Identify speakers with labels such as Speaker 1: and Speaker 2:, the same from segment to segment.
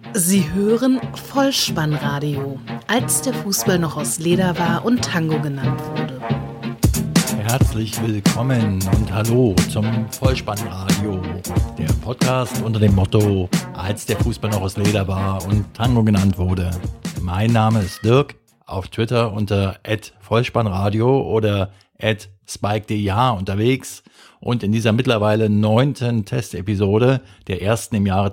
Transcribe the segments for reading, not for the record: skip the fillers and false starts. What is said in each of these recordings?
Speaker 1: Sie hören Vollspannradio, als der Fußball noch aus Leder war und Tango genannt wurde.
Speaker 2: Herzlich willkommen und hallo zum Vollspannradio, der Podcast unter dem Motto, als der Fußball noch aus Leder war und Tango genannt wurde. Mein Name ist Dirk, auf Twitter unter @Vollspannradio oder @spike_dh unterwegs. Und in dieser mittlerweile 9. Testepisode, der ersten im Jahre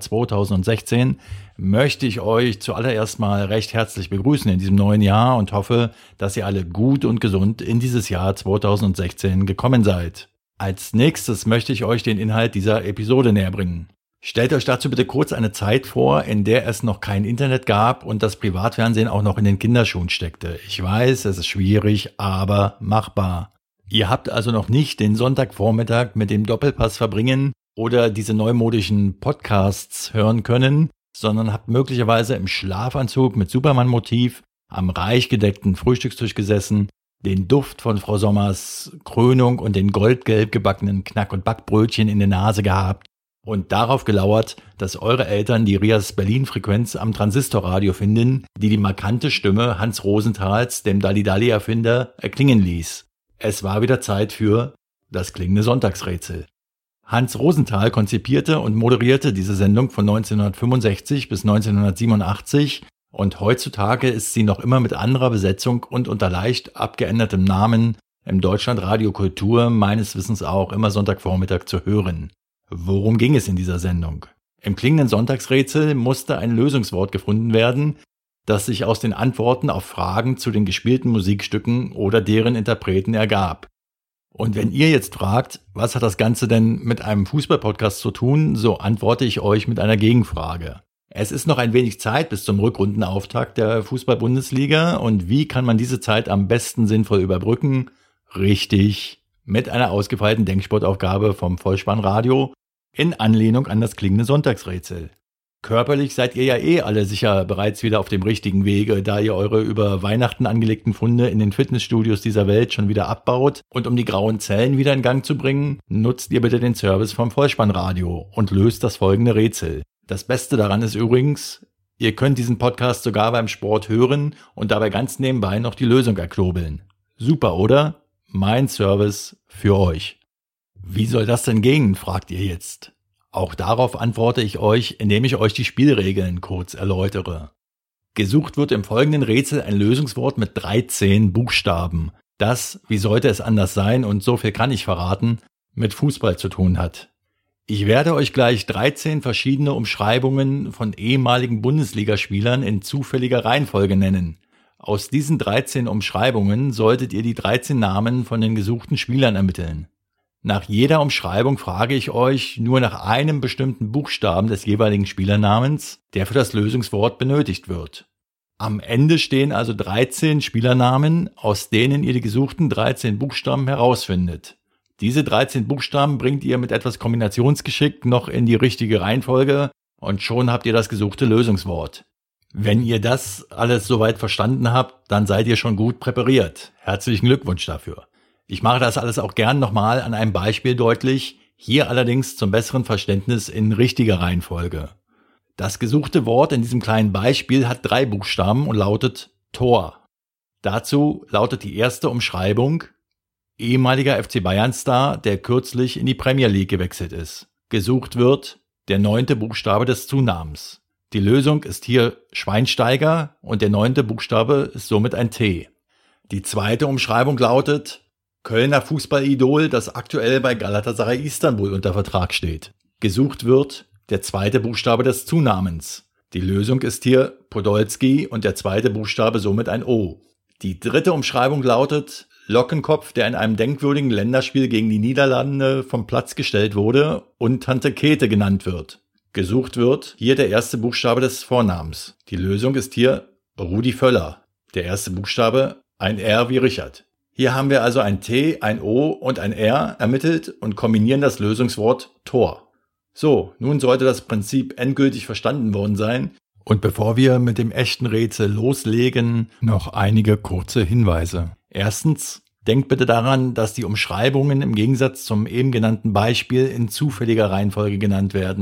Speaker 2: 2016, möchte ich euch zuallererst mal recht herzlich begrüßen in diesem neuen Jahr und hoffe, dass ihr alle gut und gesund in dieses Jahr 2016 gekommen seid. Als nächstes möchte ich euch den Inhalt dieser Episode näherbringen. Stellt euch dazu bitte kurz eine Zeit vor, in der es noch kein Internet gab und das Privatfernsehen auch noch in den Kinderschuhen steckte. Ich weiß, es ist schwierig, aber machbar. Ihr habt also noch nicht den Sonntagvormittag mit dem Doppelpass verbringen oder diese neumodischen Podcasts hören können, sondern habt möglicherweise im Schlafanzug mit Superman-Motiv am reich gedeckten Frühstückstisch gesessen, den Duft von Frau Sommers Krönung und den goldgelb gebackenen Knack- und Backbrötchen in der Nase gehabt und darauf gelauert, dass eure Eltern die Rias Berlin-Frequenz am Transistorradio finden, die markante Stimme Hans Rosenthals, dem Dalli-Dalli-Erfinder, erklingen ließ. Es war wieder Zeit für das klingende Sonntagsrätsel. Hans Rosenthal konzipierte und moderierte diese Sendung von 1965 bis 1987 und heutzutage ist sie noch immer mit anderer Besetzung und unter leicht abgeändertem Namen im Deutschlandradio Kultur meines Wissens auch immer Sonntagvormittag zu hören. Worum ging es in dieser Sendung? Im klingenden Sonntagsrätsel musste ein Lösungswort gefunden werden, das sich aus den Antworten auf Fragen zu den gespielten Musikstücken oder deren Interpreten ergab. Und wenn ihr jetzt fragt, was hat das Ganze denn mit einem Fußballpodcast zu tun, so antworte ich euch mit einer Gegenfrage. Es ist noch ein wenig Zeit bis zum Rückrundenauftakt der Fußball-Bundesliga und wie kann man diese Zeit am besten sinnvoll überbrücken? Richtig, mit einer ausgefeilten Denksportaufgabe vom Vollspannradio in Anlehnung an das klingende Sonntagsrätsel. Körperlich seid ihr ja alle sicher bereits wieder auf dem richtigen Wege, da ihr eure über Weihnachten angelegten Funde in den Fitnessstudios dieser Welt schon wieder abbaut. Und um die grauen Zellen wieder in Gang zu bringen, nutzt ihr bitte den Service vom Vollspannradio und löst das folgende Rätsel. Das Beste daran ist übrigens, ihr könnt diesen Podcast sogar beim Sport hören und dabei ganz nebenbei noch die Lösung erklobeln. Super, oder? Mein Service für euch. Wie soll das denn gehen, fragt ihr jetzt. Auch darauf antworte ich euch, indem ich euch die Spielregeln kurz erläutere. Gesucht wird im folgenden Rätsel ein Lösungswort mit 13 Buchstaben, das, wie sollte es anders sein, und so viel kann ich verraten, mit Fußball zu tun hat. Ich werde euch gleich 13 verschiedene Umschreibungen von ehemaligen Bundesligaspielern in zufälliger Reihenfolge nennen. Aus diesen 13 Umschreibungen solltet ihr die 13 Namen von den gesuchten Spielern ermitteln. Nach jeder Umschreibung frage ich euch nur nach einem bestimmten Buchstaben des jeweiligen Spielernamens, der für das Lösungswort benötigt wird. Am Ende stehen also 13 Spielernamen, aus denen ihr die gesuchten 13 Buchstaben herausfindet. Diese 13 Buchstaben bringt ihr mit etwas Kombinationsgeschick noch in die richtige Reihenfolge und schon habt ihr das gesuchte Lösungswort. Wenn ihr das alles soweit verstanden habt, dann seid ihr schon gut präpariert. Herzlichen Glückwunsch dafür. Ich mache das alles auch gern nochmal an einem Beispiel deutlich, hier allerdings zum besseren Verständnis in richtiger Reihenfolge. Das gesuchte Wort in diesem kleinen Beispiel hat 3 Buchstaben und lautet Tor. Dazu lautet die erste Umschreibung: ehemaliger FC Bayern-Star, der kürzlich in die Premier League gewechselt ist. Gesucht wird der 9. Buchstabe des Zunamens. Die Lösung ist hier Schweinsteiger und der 9. Buchstabe ist somit ein T. Die zweite Umschreibung lautet Kölner Fußballidol, das aktuell bei Galatasaray Istanbul unter Vertrag steht. Gesucht wird der 2. Buchstabe des Zunamens. Die Lösung ist hier Podolski und der 2. Buchstabe somit ein O. Die dritte Umschreibung lautet Lockenkopf, der in einem denkwürdigen Länderspiel gegen die Niederlande vom Platz gestellt wurde und Tante Käthe genannt wird. Gesucht wird hier der 1. Buchstabe des Vornamens. Die Lösung ist hier Rudi Völler. Der 1. Buchstabe ein R wie Richard. Hier haben wir also ein T, ein O und ein R ermittelt und kombinieren das Lösungswort Tor. So, nun sollte das Prinzip endgültig verstanden worden sein. Und bevor wir mit dem echten Rätsel loslegen, noch einige kurze Hinweise. Erstens, denkt bitte daran, dass die Umschreibungen im Gegensatz zum eben genannten Beispiel in zufälliger Reihenfolge genannt werden.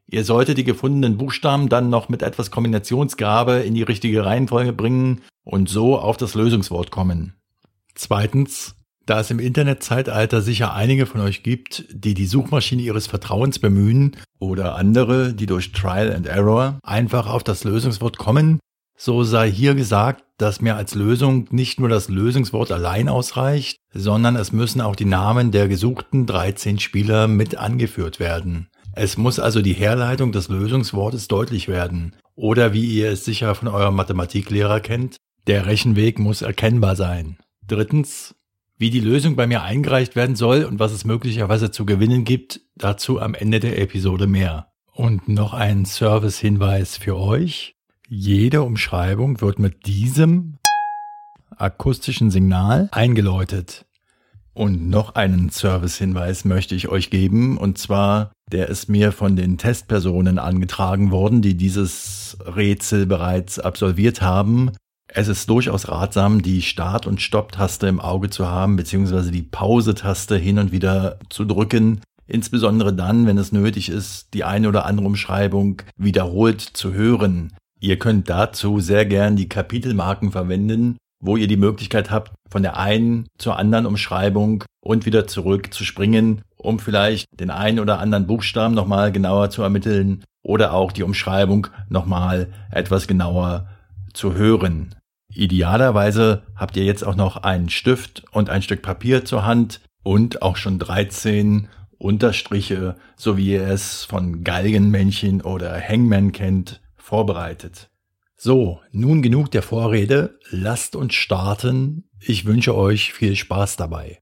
Speaker 2: Ihr solltet die gefundenen Buchstaben dann noch mit etwas Kombinationsgabe in die richtige Reihenfolge bringen und so auf das Lösungswort kommen. Zweitens, da es im Internetzeitalter sicher einige von euch gibt, die die Suchmaschine ihres Vertrauens bemühen oder andere, die durch Trial and Error einfach auf das Lösungswort kommen, so sei hier gesagt, dass mir als Lösung nicht nur das Lösungswort allein ausreicht, sondern es müssen auch die Namen der gesuchten 13 Spieler mit angeführt werden. Es muss also die Herleitung des Lösungswortes deutlich werden. Oder wie ihr es sicher von eurem Mathematiklehrer kennt, der Rechenweg muss erkennbar sein. Drittens, wie die Lösung bei mir eingereicht werden soll und was es möglicherweise zu gewinnen gibt, dazu am Ende der Episode mehr. Und noch ein Service-Hinweis für euch. Jede Umschreibung wird mit diesem akustischen Signal eingeläutet. Und noch einen Service-Hinweis möchte ich euch geben, und zwar, der ist mir von den Testpersonen angetragen worden, die dieses Rätsel bereits absolviert haben. Es ist durchaus ratsam, die Start- und Stopp-Taste im Auge zu haben, beziehungsweise die Pause-Taste hin und wieder zu drücken, insbesondere dann, wenn es nötig ist, die eine oder andere Umschreibung wiederholt zu hören. Ihr könnt dazu sehr gern die Kapitelmarken verwenden, wo ihr die Möglichkeit habt, von der einen zur anderen Umschreibung und wieder zurück zu springen, um vielleicht den einen oder anderen Buchstaben nochmal genauer zu ermitteln oder auch die Umschreibung nochmal etwas genauer zu hören. Idealerweise habt ihr jetzt auch noch einen Stift und ein Stück Papier zur Hand und auch schon 13 Unterstriche, so wie ihr es von Galgenmännchen oder Hangman kennt, vorbereitet. So, nun genug der Vorrede, lasst uns starten. Ich wünsche euch viel Spaß dabei.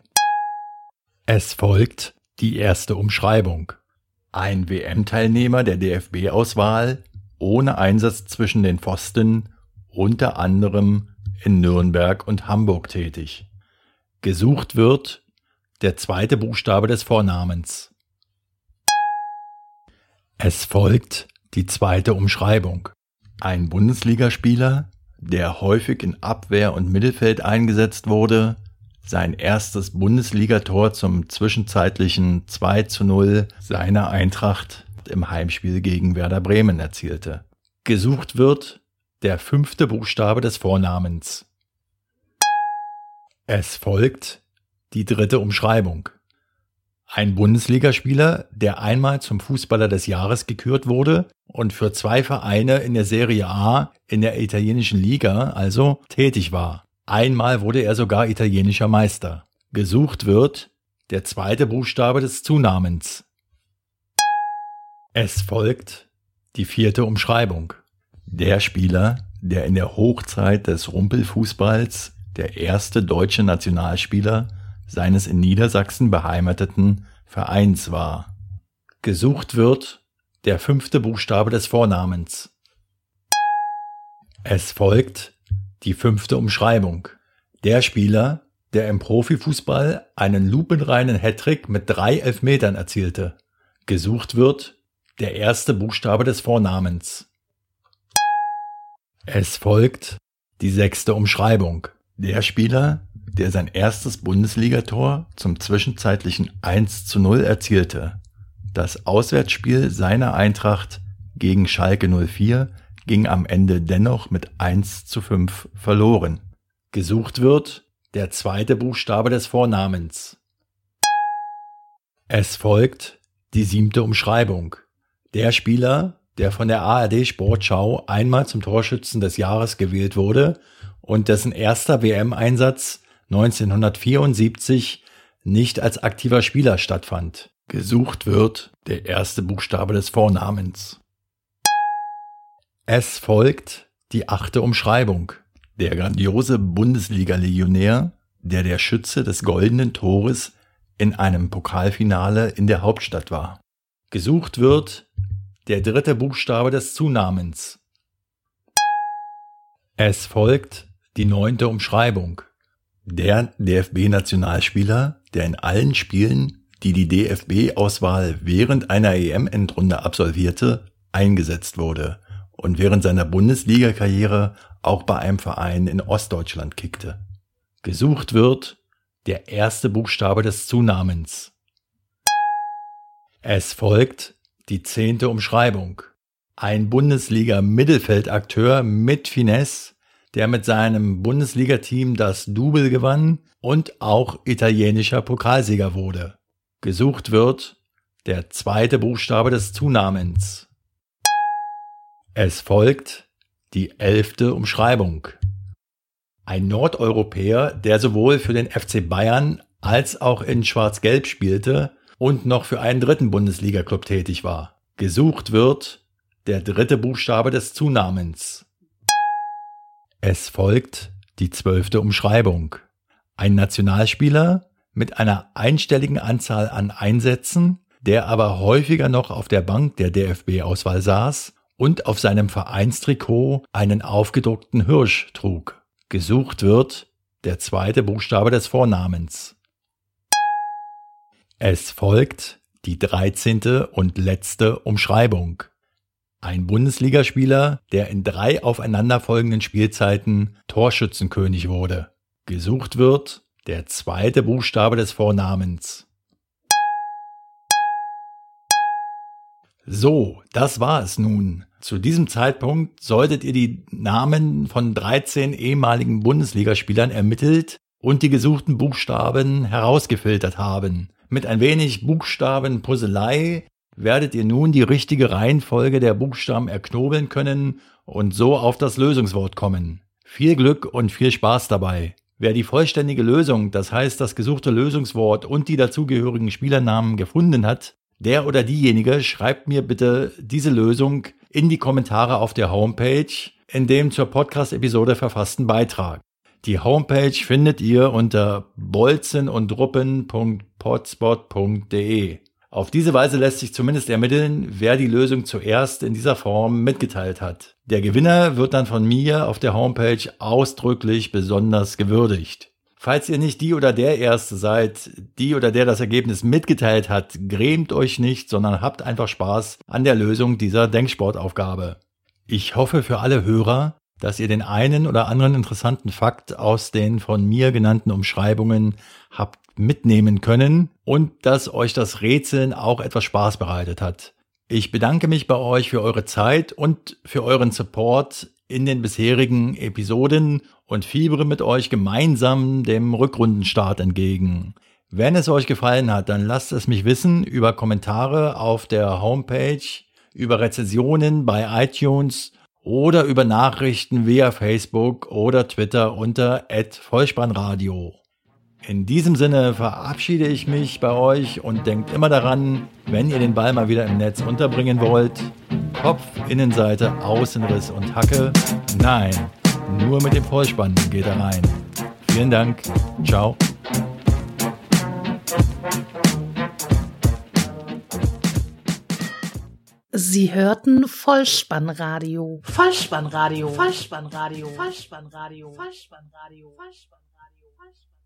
Speaker 2: Es folgt die erste Umschreibung. Ein WM-Teilnehmer der DFB-Auswahl ohne Einsatz zwischen den Pfosten, unter anderem in Nürnberg und Hamburg tätig. Gesucht wird der zweite Buchstabe des Vornamens. Es folgt die zweite Umschreibung. Ein Bundesligaspieler, der häufig in Abwehr und Mittelfeld eingesetzt wurde, sein erstes Bundesligator zum zwischenzeitlichen 2:0 seiner Eintracht im Heimspiel gegen Werder Bremen erzielte. Gesucht wird der fünfte Buchstabe des Vornamens. Es folgt die dritte Umschreibung. Ein Bundesligaspieler, der einmal zum Fußballer des Jahres gekürt wurde und für 2 Vereine in der Serie A in der italienischen Liga also tätig war. Einmal wurde er sogar italienischer Meister. Gesucht wird der zweite Buchstabe des Zunamens. Es folgt die vierte Umschreibung. Der Spieler, der in der Hochzeit des Rumpelfußballs der erste deutsche Nationalspieler seines in Niedersachsen beheimateten Vereins war. Gesucht wird der fünfte Buchstabe des Vornamens. Es folgt die fünfte Umschreibung. Der Spieler, der im Profifußball einen lupenreinen Hattrick mit 3 Elfmetern erzielte. Gesucht wird der erste Buchstabe des Vornamens. Es folgt die sechste Umschreibung. Der Spieler, der sein erstes Bundesligator zum zwischenzeitlichen 1:0 erzielte. Das Auswärtsspiel seiner Eintracht gegen Schalke 04 ging am Ende dennoch mit 1:5 verloren. Gesucht wird der zweite Buchstabe des Vornamens. Es folgt die siebte Umschreibung. Der Spieler, der von der ARD Sportschau einmal zum Torschützen des Jahres gewählt wurde und dessen erster WM-Einsatz 1974 nicht als aktiver Spieler stattfand. Gesucht wird der erste Buchstabe des Vornamens. Es folgt die achte Umschreibung. Der grandiose Bundesliga-Legionär, der Schütze des goldenen Tores in einem Pokalfinale in der Hauptstadt war. Gesucht wird der dritte Buchstabe des Zunamens. Es folgt die 9. Umschreibung. Der DFB-Nationalspieler, der in allen Spielen, die die DFB-Auswahl während einer EM-Endrunde absolvierte, eingesetzt wurde und während seiner Bundesliga-Karriere auch bei einem Verein in Ostdeutschland kickte. Gesucht wird der erste Buchstabe des Zunamens. Es folgt die 10. Umschreibung. Ein Bundesliga-Mittelfeldakteur mit Finesse, der mit seinem Bundesliga-Team das Double gewann und auch italienischer Pokalsieger wurde. Gesucht wird der 2. Buchstabe des Zunamens. Es folgt die 11. Umschreibung. Ein Nordeuropäer, der sowohl für den FC Bayern als auch in Schwarz-Gelb spielte und noch für einen 3. Bundesliga-Club tätig war. Gesucht wird der 3. Buchstabe des Zunamens. Es folgt die 12. Umschreibung. Ein Nationalspieler mit einer einstelligen Anzahl an Einsätzen, der aber häufiger noch auf der Bank der DFB-Auswahl saß und auf seinem Vereinstrikot einen aufgedruckten Hirsch trug. Gesucht wird der 2. Buchstabe des Vornamens. Es folgt die 13. und letzte Umschreibung. Ein Bundesligaspieler, der in 3 aufeinanderfolgenden Spielzeiten Torschützenkönig wurde. Gesucht wird der 2. Buchstabe des Vornamens. So, das war es nun. Zu diesem Zeitpunkt solltet ihr die Namen von 13 ehemaligen Bundesligaspielern ermittelt und die gesuchten Buchstaben herausgefiltert haben. Mit ein wenig Buchstabenpuzzelei werdet ihr nun die richtige Reihenfolge der Buchstaben erknobeln können und so auf das Lösungswort kommen. Viel Glück und viel Spaß dabei. Wer die vollständige Lösung, das heißt das gesuchte Lösungswort und die dazugehörigen Spielernamen gefunden hat, der oder diejenige schreibt mir bitte diese Lösung in die Kommentare auf der Homepage in dem zur Podcast-Episode verfassten Beitrag. Die Homepage findet ihr unter bolzenundruppen.potspot.de. Auf diese Weise lässt sich zumindest ermitteln, wer die Lösung zuerst in dieser Form mitgeteilt hat. Der Gewinner wird dann von mir auf der Homepage ausdrücklich besonders gewürdigt. Falls ihr nicht die oder der Erste seid, die oder der das Ergebnis mitgeteilt hat, grämt euch nicht, sondern habt einfach Spaß an der Lösung dieser Denksportaufgabe. Ich hoffe für alle Hörer, dass ihr den einen oder anderen interessanten Fakt aus den von mir genannten Umschreibungen habt mitnehmen können und dass euch das Rätseln auch etwas Spaß bereitet hat. Ich bedanke mich bei euch für eure Zeit und für euren Support in den bisherigen Episoden und fiebere mit euch gemeinsam dem Rückrundenstart entgegen. Wenn es euch gefallen hat, dann lasst es mich wissen über Kommentare auf der Homepage, über Rezensionen bei iTunes oder über Nachrichten via Facebook oder Twitter unter @Vollspannradio. In diesem Sinne verabschiede ich mich bei euch und denkt immer daran, wenn ihr den Ball mal wieder im Netz unterbringen wollt, Kopf, Innenseite, Außenriss und Hacke, nein, nur mit dem Vollspann geht er rein. Vielen Dank, ciao.
Speaker 1: Sie hörten Vollspannradio. Vollspannradio. Vollspannradio. Vollspannradio. Vollspannradio. Vollspannradio.